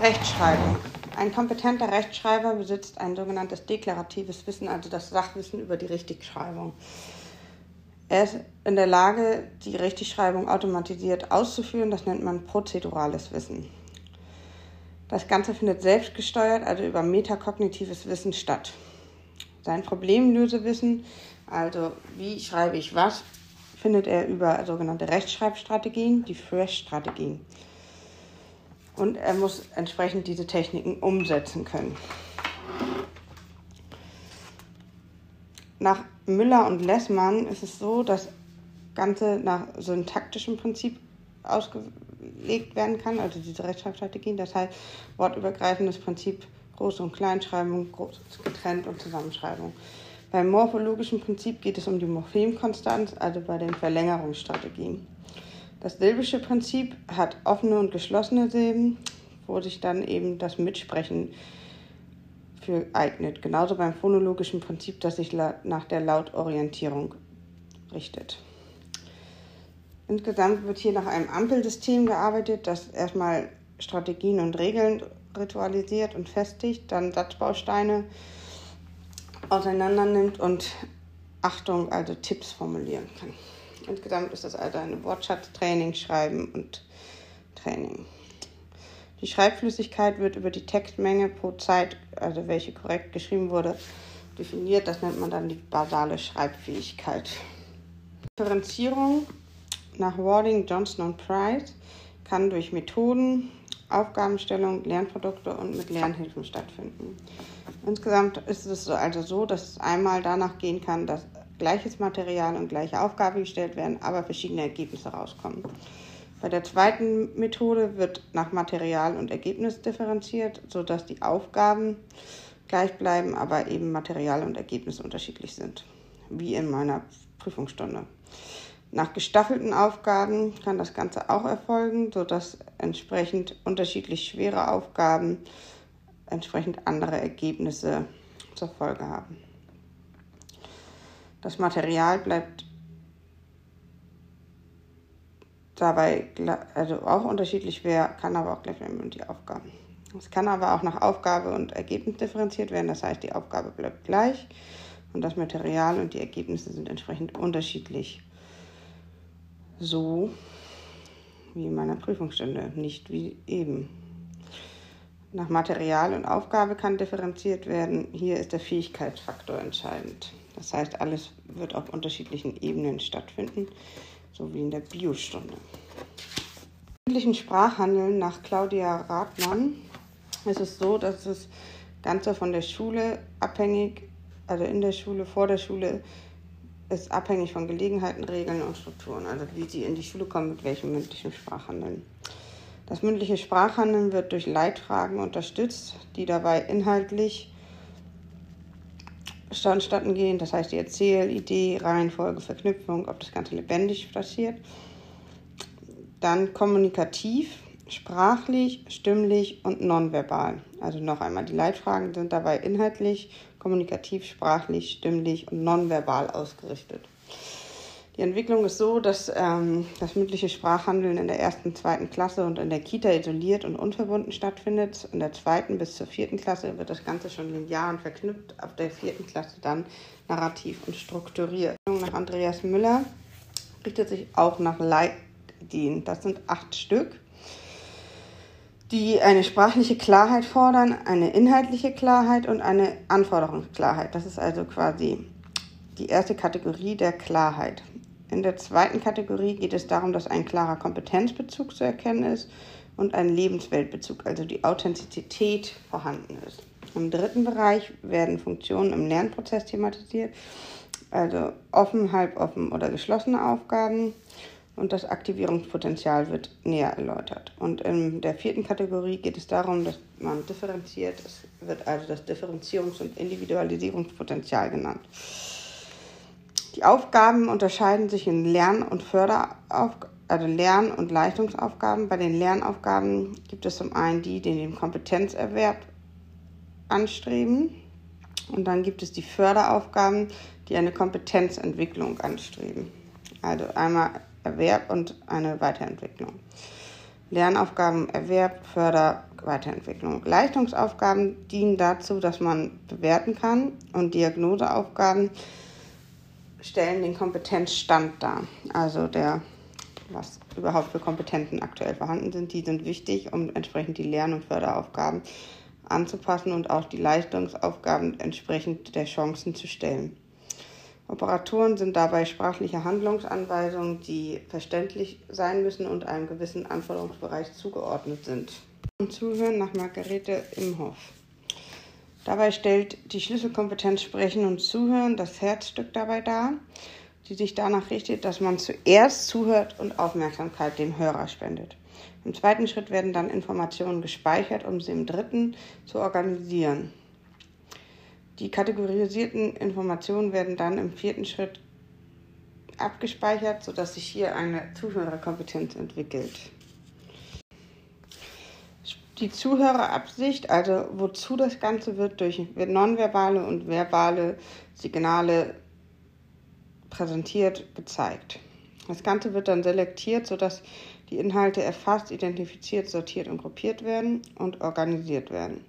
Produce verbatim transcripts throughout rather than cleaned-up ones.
Rechtschreibung. Ein kompetenter Rechtschreiber besitzt ein sogenanntes deklaratives Wissen, also das Sachwissen über die Richtigschreibung. Er ist in der Lage, die Richtigschreibung automatisiert auszuführen, das nennt man prozedurales Wissen. Das Ganze findet selbstgesteuert, also über metakognitives Wissen statt. Sein Problemlösewissen, also wie schreibe ich was, findet er über sogenannte Rechtschreibstrategien, die Fresh-Strategien. Und er muss entsprechend diese Techniken umsetzen können. Nach Müller und Lessmann ist es so, dass das Ganze nach syntaktischem Prinzip ausgelegt werden kann, also diese Rechtschreibstrategien, das heißt wortübergreifendes Prinzip, Groß- und Kleinschreibung, Groß- getrennt und Zusammenschreibung. Beim morphologischen Prinzip geht es um die Morphemkonstanz, also bei den Verlängerungsstrategien. Das silbische Prinzip hat offene und geschlossene Silben, wo sich dann eben das Mitsprechen für eignet. Genauso beim phonologischen Prinzip, das sich nach der Lautorientierung richtet. Insgesamt wird hier nach einem Ampelsystem gearbeitet, das erstmal Strategien und Regeln ritualisiert und festigt, dann Satzbausteine auseinander nimmt und Achtung, also Tipps formulieren kann. Insgesamt ist das also ein Wortschatztraining, Schreiben und Training. Die Schreibflüssigkeit wird über die Textmenge pro Zeit, also welche korrekt geschrieben wurde, definiert. Das nennt man dann die basale Schreibfähigkeit. Differenzierung nach Warding, Johnson und Price kann durch Methoden, Aufgabenstellung, Lernprodukte und mit Lernhilfen stattfinden. Insgesamt ist es also so, dass es einmal danach gehen kann, dass gleiches Material und gleiche Aufgabe gestellt werden, aber verschiedene Ergebnisse rauskommen. Bei der zweiten Methode wird nach Material und Ergebnis differenziert, sodass die Aufgaben gleich bleiben, aber eben Material und Ergebnis unterschiedlich sind, wie in meiner Prüfungsstunde. Nach gestaffelten Aufgaben kann das Ganze auch erfolgen, sodass entsprechend unterschiedlich schwere Aufgaben entsprechend andere Ergebnisse zur Folge haben. Das Material bleibt dabei also auch unterschiedlich schwer, kann aber auch gleich bleiben die Aufgaben. Es kann aber auch nach Aufgabe und Ergebnis differenziert werden, das heißt, die Aufgabe bleibt gleich und das Material und die Ergebnisse sind entsprechend unterschiedlich. So wie in meiner Prüfungsstunde, nicht wie eben. Nach Material und Aufgabe kann differenziert werden. Hier ist der Fähigkeitsfaktor entscheidend. Das heißt, alles wird auf unterschiedlichen Ebenen stattfinden, so wie in der Biostunde. Im mündlichen Sprachhandeln nach Claudia Rathmann ist es so, dass das Ganze von der Schule abhängig, also in der Schule, vor der Schule, ist abhängig von Gelegenheiten, Regeln und Strukturen, also wie sie in die Schule kommen, mit welchem mündlichen Sprachhandeln. Das mündliche Sprachhandeln wird durch Leitfragen unterstützt, die dabei inhaltlich vonstatten gehen, das heißt die Erzählidee, Reihenfolge, Verknüpfung, ob das Ganze lebendig passiert. Dann kommunikativ, sprachlich, stimmlich und nonverbal. Also noch einmal, die Leitfragen sind dabei inhaltlich, kommunikativ, sprachlich, stimmlich und nonverbal ausgerichtet. Die Entwicklung ist so, dass ähm, das mündliche Sprachhandeln in der ersten, zweiten Klasse und in der Kita isoliert und unverbunden stattfindet. In der zweiten bis zur vierten Klasse wird das Ganze schon linear und verknüpft, ab der vierten Klasse dann narrativ und strukturiert. Nach Andreas Müller richtet sich auch nach Leitideen. Das sind acht Stück, die eine sprachliche Klarheit fordern, eine inhaltliche Klarheit und eine Anforderungsklarheit. Das ist also quasi die erste Kategorie der Klarheit. In der zweiten Kategorie geht es darum, dass ein klarer Kompetenzbezug zu erkennen ist und ein Lebensweltbezug, also die Authentizität vorhanden ist. Im dritten Bereich werden Funktionen im Lernprozess thematisiert, also offen, halboffen oder geschlossene Aufgaben. Und das Aktivierungspotenzial wird näher erläutert. Und in der vierten Kategorie geht es darum, dass man differenziert. Es wird also das Differenzierungs- und Individualisierungspotenzial genannt. Die Aufgaben unterscheiden sich in Lern- und Förderaufgaben, also Lern- und Leistungsaufgaben. Bei den Lernaufgaben gibt es zum einen die, die den Kompetenzerwerb anstreben. Und dann gibt es die Förderaufgaben, die eine Kompetenzentwicklung anstreben. Also einmal Erwerb und eine Weiterentwicklung. Lernaufgaben, Erwerb, Förder, Weiterentwicklung. Leistungsaufgaben dienen dazu, dass man bewerten kann, und Diagnoseaufgaben stellen den Kompetenzstand dar. Also der, was überhaupt für Kompetenzen aktuell vorhanden sind, die sind wichtig, um entsprechend die Lern- und Förderaufgaben anzupassen und auch die Leistungsaufgaben entsprechend der Chancen zu stellen. Operatoren sind dabei sprachliche Handlungsanweisungen, die verständlich sein müssen und einem gewissen Anforderungsbereich zugeordnet sind. Zuhören nach Margarete Imhoff. Dabei stellt die Schlüsselkompetenz Sprechen und Zuhören das Herzstück dabei dar, die sich danach richtet, dass man zuerst zuhört und Aufmerksamkeit dem Hörer spendet. Im zweiten Schritt werden dann Informationen gespeichert, um sie im dritten zu organisieren. Die kategorisierten Informationen werden dann im vierten Schritt abgespeichert, sodass sich hier eine Zuhörerkompetenz entwickelt. Die Zuhörerabsicht, also wozu das Ganze wird, durch nonverbale und verbale Signale präsentiert, gezeigt. Das Ganze wird dann selektiert, sodass die Inhalte erfasst, identifiziert, sortiert und gruppiert werden und organisiert werden.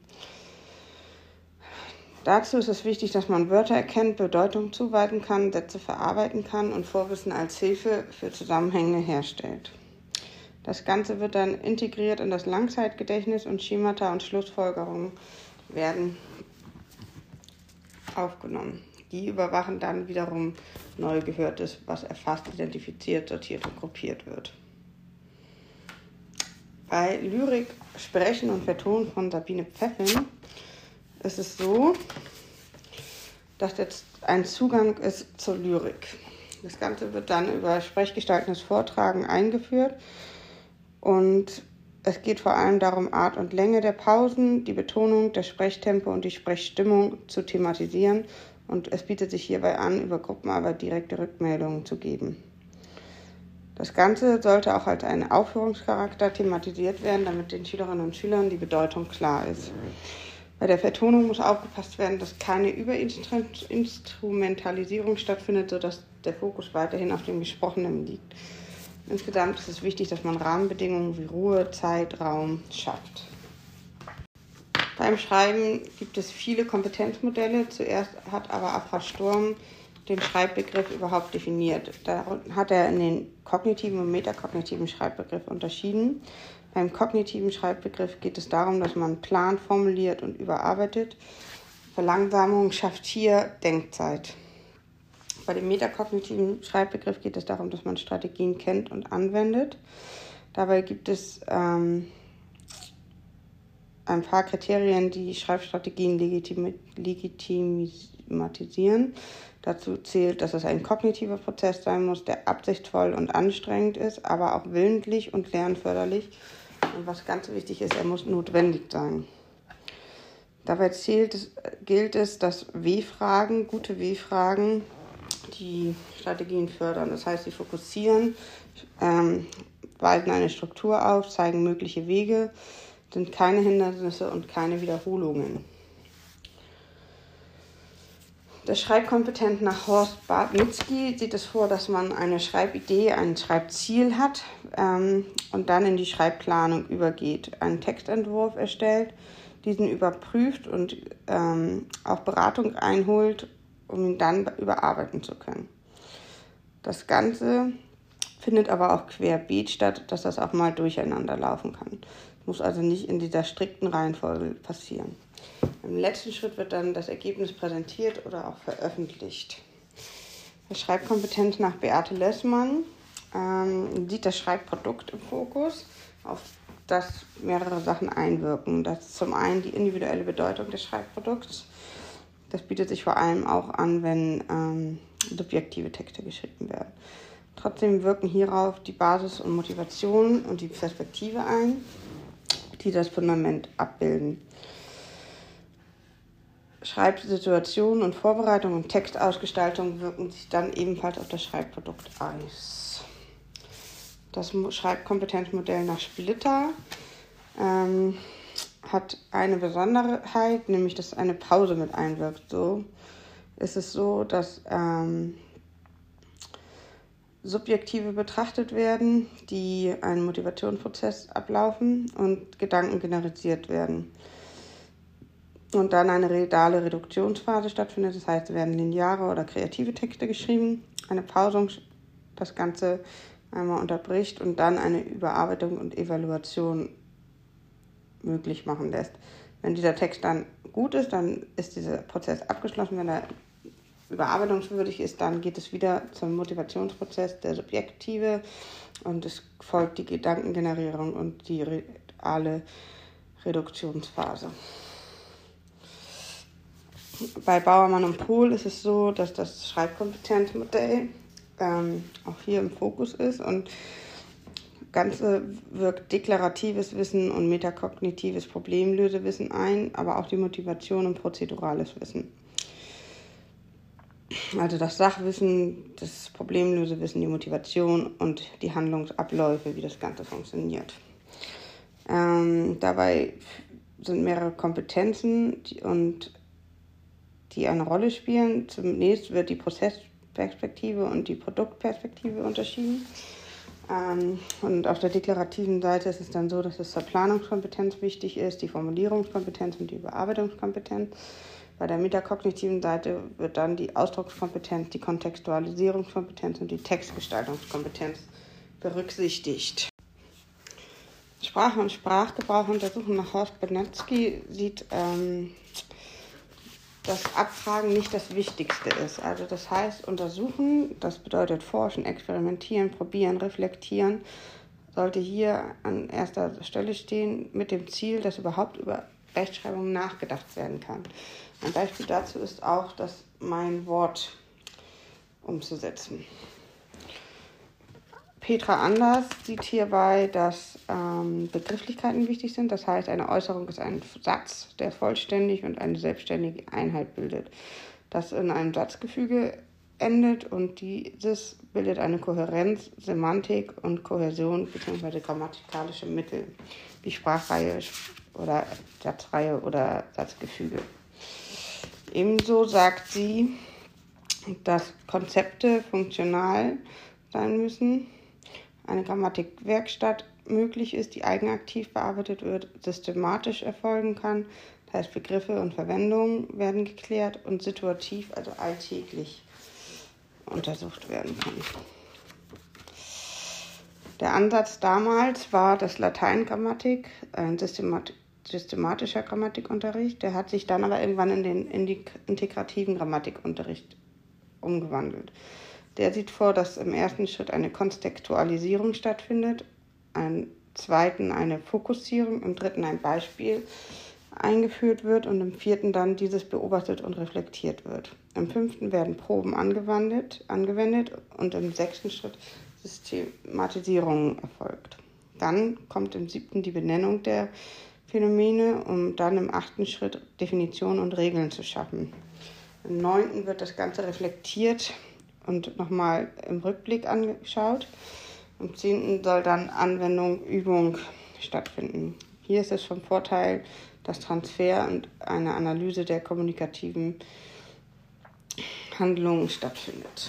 Dazu ist es wichtig, dass man Wörter erkennt, Bedeutung zuweisen kann, Sätze verarbeiten kann und Vorwissen als Hilfe für Zusammenhänge herstellt. Das Ganze wird dann integriert in das Langzeitgedächtnis und Schemata und Schlussfolgerungen werden aufgenommen. Die überwachen dann wiederum neu Gehörtes, was erfasst, identifiziert, sortiert und gruppiert wird. Bei Lyrik, Sprechen und Vertonen von Sabine Pfeffin ist es so, dass jetzt ein Zugang ist zur Lyrik. Das Ganze wird dann über sprechgestaltendes Vortragen eingeführt. Und es geht vor allem darum, Art und Länge der Pausen, die Betonung, das Sprechtempo und die Sprechstimmung zu thematisieren. Und es bietet sich hierbei an, über Gruppenarbeit direkte Rückmeldungen zu geben. Das Ganze sollte auch als ein Aufführungscharakter thematisiert werden, damit den Schülerinnen und Schülern die Bedeutung klar ist. Bei der Vertonung muss aufgepasst werden, dass keine Überinstrumentalisierung stattfindet, sodass der Fokus weiterhin auf dem Gesprochenen liegt. Insgesamt ist es wichtig, dass man Rahmenbedingungen wie Ruhe, Zeit, Raum schafft. Beim Schreiben gibt es viele Kompetenzmodelle. Zuerst hat aber Afra Sturm den Schreibbegriff überhaupt definiert. Da hat er in den kognitiven und metakognitiven Schreibbegriff unterschieden. Beim kognitiven Schreibbegriff geht es darum, dass man plant, formuliert und überarbeitet. Verlangsamung schafft hier Denkzeit. Bei dem metakognitiven Schreibbegriff geht es darum, dass man Strategien kennt und anwendet. Dabei gibt es ähm, ein paar Kriterien, die Schreibstrategien legitim- legitimatisieren. Dazu zählt, dass es ein kognitiver Prozess sein muss, der absichtsvoll und anstrengend ist, aber auch willentlich und lernförderlich. Und was ganz wichtig ist, er muss notwendig sein. Dabei zählt es, gilt es, dass W-Fragen, gute W-Fragen, die Strategien fördern. Das heißt, sie fokussieren, ähm, weisen eine Struktur auf, zeigen mögliche Wege, sind keine Hindernisse und keine Wiederholungen. Das Schreibkompetent nach Horst Bartnitzky sieht es vor, dass man eine Schreibidee, ein Schreibziel hat ähm, und dann in die Schreibplanung übergeht, einen Textentwurf erstellt, diesen überprüft und ähm, auch Beratung einholt, um ihn dann überarbeiten zu können. Das Ganze findet aber auch querbeet statt, dass das auch mal durcheinander laufen kann. Muss also nicht in dieser strikten Reihenfolge passieren. Im letzten Schritt wird dann das Ergebnis präsentiert oder auch veröffentlicht. Die Schreibkompetenz nach Beate Lößmann ähm, sieht das Schreibprodukt im Fokus, auf das mehrere Sachen einwirken. Das ist zum einen die individuelle Bedeutung des Schreibprodukts. Das bietet sich vor allem auch an, wenn ähm, subjektive Texte geschrieben werden. Trotzdem wirken hierauf die Basis und Motivation und die Perspektive ein, die das Fundament abbilden. Schreibsituation und Vorbereitung und Textausgestaltung wirken sich dann ebenfalls auf das Schreibprodukt aus. Das Schreibkompetenzmodell nach Splitter ähm, hat eine Besonderheit, nämlich dass eine Pause mit einwirkt. So ist es so, dass ähm, Subjektive betrachtet werden, die einen Motivationsprozess ablaufen und Gedanken generalisiert werden. Und dann eine reale Reduktionsphase stattfindet, das heißt, es werden lineare oder kreative Texte geschrieben, eine Pausung das Ganze einmal unterbricht und dann eine Überarbeitung und Evaluation möglich machen lässt. Wenn dieser Text dann gut ist, dann ist dieser Prozess abgeschlossen. Wenn er überarbeitungswürdig ist, dann geht es wieder zum Motivationsprozess der Subjektive und es folgt die Gedankengenerierung und die reale Reduktionsphase. Bei Bauermann und Pohl ist es so, dass das Schreibkompetenzmodell ähm, auch hier im Fokus ist und Ganze wirkt deklaratives Wissen und metakognitives Problemlösewissen ein, aber auch die Motivation und prozedurales Wissen. Also das Sachwissen, das Problemlösewissen, die Motivation und die Handlungsabläufe, wie das Ganze funktioniert. Ähm, dabei sind mehrere Kompetenzen die, und die eine Rolle spielen. Zunächst wird die Prozessperspektive und die Produktperspektive unterschieden. Ähm, und auf der deklarativen Seite ist es dann so, dass es zur Planungskompetenz wichtig ist, die Formulierungskompetenz und die Überarbeitungskompetenz. Bei der metakognitiven Seite wird dann die Ausdruckskompetenz, die Kontextualisierungskompetenz und die Textgestaltungskompetenz berücksichtigt. Sprache und Sprachgebrauch untersuchen nach Horst Bednanski sieht, ähm, dass Abfragen nicht das Wichtigste ist. Also das heißt, untersuchen, das bedeutet forschen, experimentieren, probieren, reflektieren, sollte hier an erster Stelle stehen mit dem Ziel, dass überhaupt über Rechtschreibung nachgedacht werden kann. Ein Beispiel dazu ist auch, das Mein Wort umzusetzen. Petra Anders sieht hierbei, dass ähm, Begrifflichkeiten wichtig sind. Das heißt, eine Äußerung ist ein Satz, der vollständig und eine selbstständige Einheit bildet, das in einem Satzgefüge endet und dieses bildet eine Kohärenz, Semantik und Kohäsion bzw. grammatikalische Mittel, wie Sprachreihe oder Satzreihe oder Satzgefüge. Ebenso sagt sie, dass Konzepte funktional sein müssen, eine Grammatikwerkstatt möglich ist, die eigenaktiv bearbeitet wird, systematisch erfolgen kann, das heißt Begriffe und Verwendungen werden geklärt und situativ, also alltäglich untersucht werden kann. Der Ansatz damals war das Lateingrammatik, ein Systemat- systematischer Grammatikunterricht, der hat sich dann aber irgendwann in den integrativen Grammatikunterricht umgewandelt. Der sieht vor, dass im ersten Schritt eine Kontextualisierung stattfindet, im zweiten eine Fokussierung, im dritten ein Beispiel eingeführt wird und im vierten dann dieses beobachtet und reflektiert wird. Im fünften werden Proben angewendet, angewendet und im sechsten Schritt Systematisierung erfolgt. Dann kommt im siebten die Benennung der Phänomene, um dann im achten Schritt Definitionen und Regeln zu schaffen. Im neunten wird das Ganze reflektiert und nochmal im Rückblick angeschaut. Am zehnten soll dann Anwendung, Übung stattfinden. Hier ist es vom Vorteil, dass Transfer und eine Analyse der kommunikativen Handlungen stattfindet.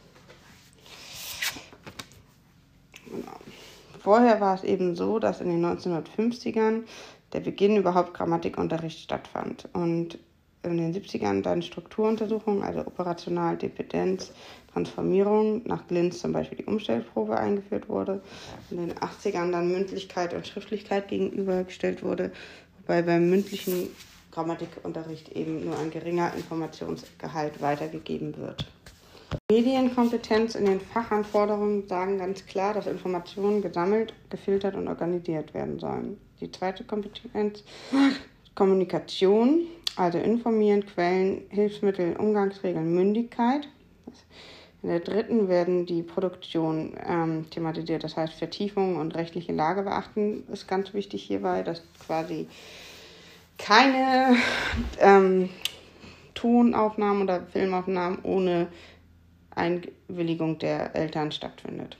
Genau. Vorher war es eben so, dass in den neunzehnhundertfünfzigern der Beginn überhaupt Grammatikunterricht stattfand und in den siebzigern dann Strukturuntersuchungen, also operational Dependenz, Transformierung, nach Glintz zum Beispiel die Umstellprobe eingeführt wurde. In den achtzigern dann Mündlichkeit und Schriftlichkeit gegenübergestellt wurde, wobei beim mündlichen Grammatikunterricht eben nur ein geringer Informationsgehalt weitergegeben wird. Medienkompetenz in den Fachanforderungen sagen ganz klar, dass Informationen gesammelt, gefiltert und organisiert werden sollen. Die zweite Kompetenz, Kommunikation, also informieren, Quellen, Hilfsmittel, Umgangsregeln, Mündigkeit. In der dritten werden die Produktion ähm, thematisiert, das heißt Vertiefung und rechtliche Lage beachten ist ganz wichtig hierbei, dass quasi keine ähm, Tonaufnahmen oder Filmaufnahmen ohne Einwilligung der Eltern stattfindet.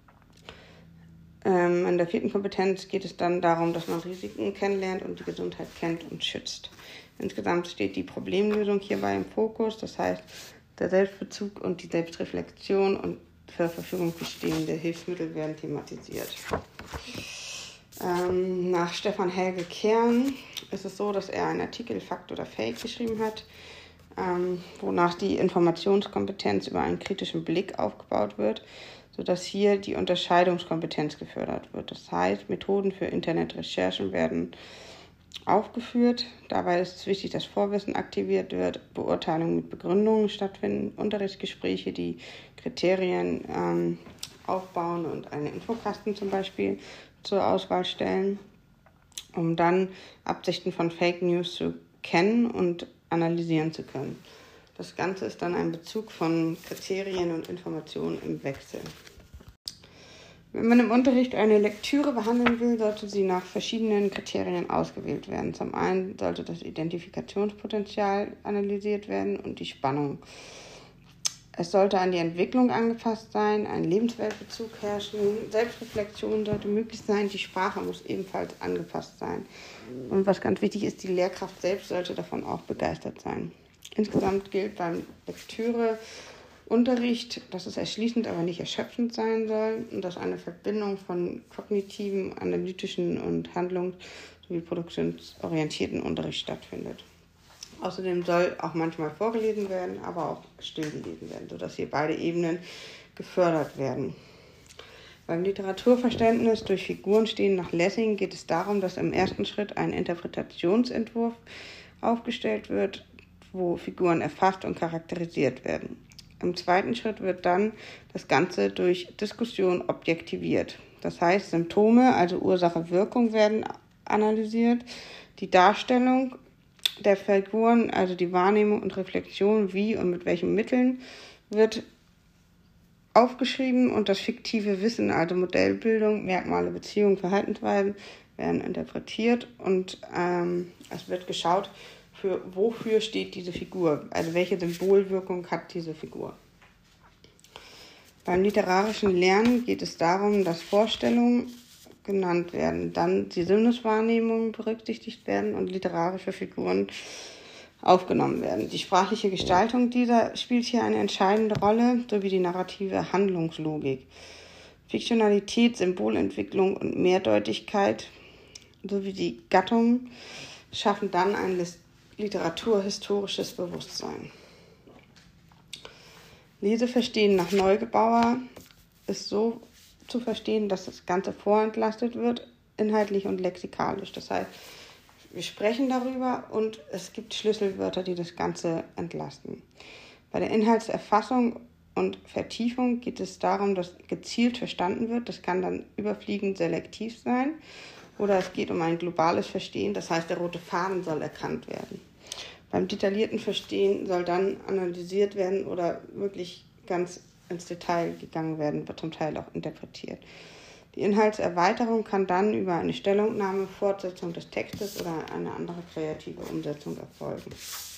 Ähm, in der vierten Kompetenz geht es dann darum, dass man Risiken kennenlernt und die Gesundheit kennt und schützt. Insgesamt steht die Problemlösung hierbei im Fokus, das heißt der Selbstbezug und die Selbstreflexion und zur Verfügung stehende Hilfsmittel werden thematisiert. Ähm, nach Stefan Helge Kern ist es so, dass er einen Artikel Fakt oder Fake geschrieben hat, ähm, wonach die Informationskompetenz über einen kritischen Blick aufgebaut wird, sodass hier die Unterscheidungskompetenz gefördert wird. Das heißt, Methoden für Internetrecherchen werden aufgeführt. Dabei ist es wichtig, dass Vorwissen aktiviert wird, Beurteilungen mit Begründungen stattfinden, Unterrichtsgespräche, die Kriterien ähm, aufbauen und einen Infokasten zum Beispiel zur Auswahl stellen, um dann Absichten von Fake News zu kennen und analysieren zu können. Das Ganze ist dann ein Bezug von Kriterien und Informationen im Wechsel. Wenn man im Unterricht eine Lektüre behandeln will, sollte sie nach verschiedenen Kriterien ausgewählt werden. Zum einen sollte das Identifikationspotenzial analysiert werden und die Spannung. Es sollte an die Entwicklung angepasst sein, ein Lebensweltbezug herrschen, Selbstreflexion sollte möglich sein, die Sprache muss ebenfalls angepasst sein. Und was ganz wichtig ist, die Lehrkraft selbst sollte davon auch begeistert sein. Insgesamt gilt beim Lektüreunterricht, dass es erschließend, aber nicht erschöpfend sein soll und dass eine Verbindung von kognitiven, analytischen und handlungs- sowie produktionsorientierten Unterricht stattfindet. Außerdem soll auch manchmal vorgelesen werden, aber auch still gelesen werden, sodass hier beide Ebenen gefördert werden. Beim Literaturverständnis durch Figuren stehen nach Lessing geht es darum, dass im ersten Schritt ein Interpretationsentwurf aufgestellt wird, wo Figuren erfasst und charakterisiert werden. Im zweiten Schritt wird dann das Ganze durch Diskussion objektiviert. Das heißt, Symptome, also Ursache-Wirkung, werden analysiert, die Darstellung der Figuren, also die Wahrnehmung und Reflexion, wie und mit welchen Mitteln, wird aufgeschrieben und das fiktive Wissen, also Modellbildung, Merkmale, Beziehungen, Verhaltensweisen, werden interpretiert und ähm, es wird geschaut, für wofür steht diese Figur, also welche Symbolwirkung hat diese Figur. Beim literarischen Lernen geht es darum, dass Vorstellungen genannt werden, dann die Sinneswahrnehmung berücksichtigt werden und literarische Figuren aufgenommen werden. Die sprachliche Gestaltung dieser spielt hier eine entscheidende Rolle, sowie die narrative Handlungslogik. Fiktionalität, Symbolentwicklung und Mehrdeutigkeit sowie die Gattung schaffen dann ein literaturhistorisches Bewusstsein. Leseverstehen nach Neugebauer ist so zu verstehen, dass das Ganze vorentlastet wird, inhaltlich und lexikalisch. Das heißt, wir sprechen darüber und es gibt Schlüsselwörter, die das Ganze entlasten. Bei der Inhaltserfassung und Vertiefung geht es darum, dass gezielt verstanden wird. Das kann dann überfliegend selektiv sein oder es geht um ein globales Verstehen. Das heißt, der rote Faden soll erkannt werden. Beim detaillierten Verstehen soll dann analysiert werden oder wirklich ganz ins Detail gegangen werden, wird zum Teil auch interpretiert. Die Inhaltserweiterung kann dann über eine Stellungnahme, Fortsetzung des Textes oder eine andere kreative Umsetzung erfolgen.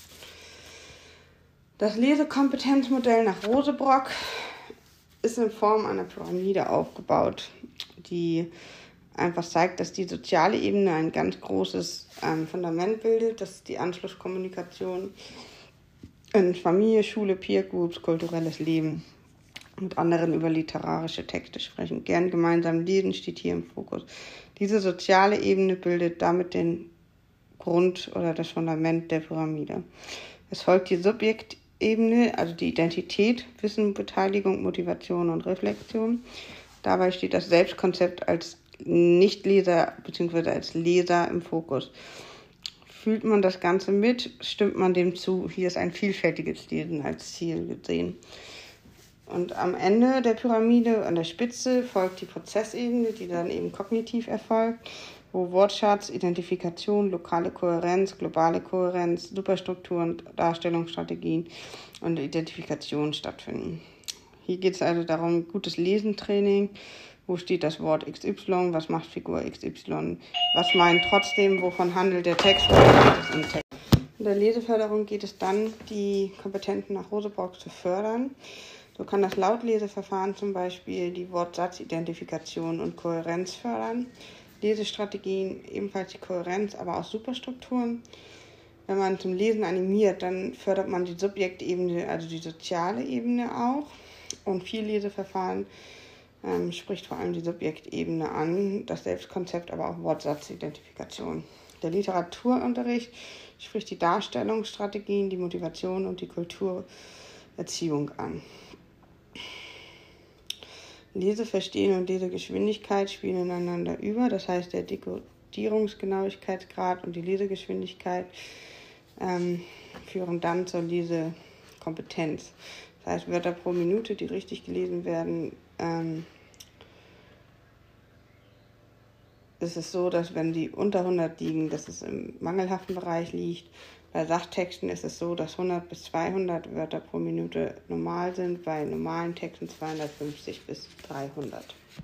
Das Lesekompetenzmodell nach Rosebrock ist in Form einer Pyramide aufgebaut, die einfach zeigt, dass die soziale Ebene ein ganz großes ähm, Fundament bildet. Das ist die Anschlusskommunikation in Familie, Schule, Peer Groups, kulturelles Leben. Mit anderen über literarische Texte sprechen. Gern gemeinsam lesen steht hier im Fokus. Diese soziale Ebene bildet damit den Grund oder das Fundament der Pyramide. Es folgt die Subjektebene, also die Identität, Wissen, Beteiligung, Motivation und Reflexion. Dabei steht das Selbstkonzept als Nichtleser bzw. als Leser im Fokus. Fühlt man das Ganze mit, stimmt man dem zu. Hier ist ein vielfältiges Lesen als Ziel gesehen. Und am Ende der Pyramide, an der Spitze, folgt die Prozessebene, die dann eben kognitiv erfolgt, wo Wortschatz, Identifikation, lokale Kohärenz, globale Kohärenz, Superstrukturen, Darstellungsstrategien und Identifikation stattfinden. Hier geht es also darum, gutes Lesentraining. Wo steht das Wort X Y? Was macht Figur X Y? Was meint trotzdem? Wovon handelt der Text? Im Text? In der Leseförderung geht es dann, die Kompetenten nach Rosebrock zu fördern. So kann das Lautleseverfahren zum Beispiel die Wortsatzidentifikation und Kohärenz fördern. Lesestrategien ebenfalls die Kohärenz, aber auch Superstrukturen. Wenn man zum Lesen animiert, dann fördert man die Subjektebene, also die soziale Ebene auch. Und Vielleseverfahren ähm, spricht vor allem die Subjektebene an, das Selbstkonzept, aber auch Wortsatzidentifikation. Der Literaturunterricht spricht die Darstellungsstrategien, die Motivation und die Kulturerziehung an. Leseverstehen und Lesegeschwindigkeit spielen ineinander über, das heißt der Dekodierungsgenauigkeitsgrad und die Lesegeschwindigkeit ähm, führen dann zur Lesekompetenz. Das heißt Wörter pro Minute, die richtig gelesen werden, ähm, ist es so, dass wenn die unter hundert liegen, dass es im mangelhaften Bereich liegt. Bei Sachtexten ist es so, dass hundert bis zweihundert Wörter pro Minute normal sind, bei normalen Texten zweihundertfünfzig bis dreihundert.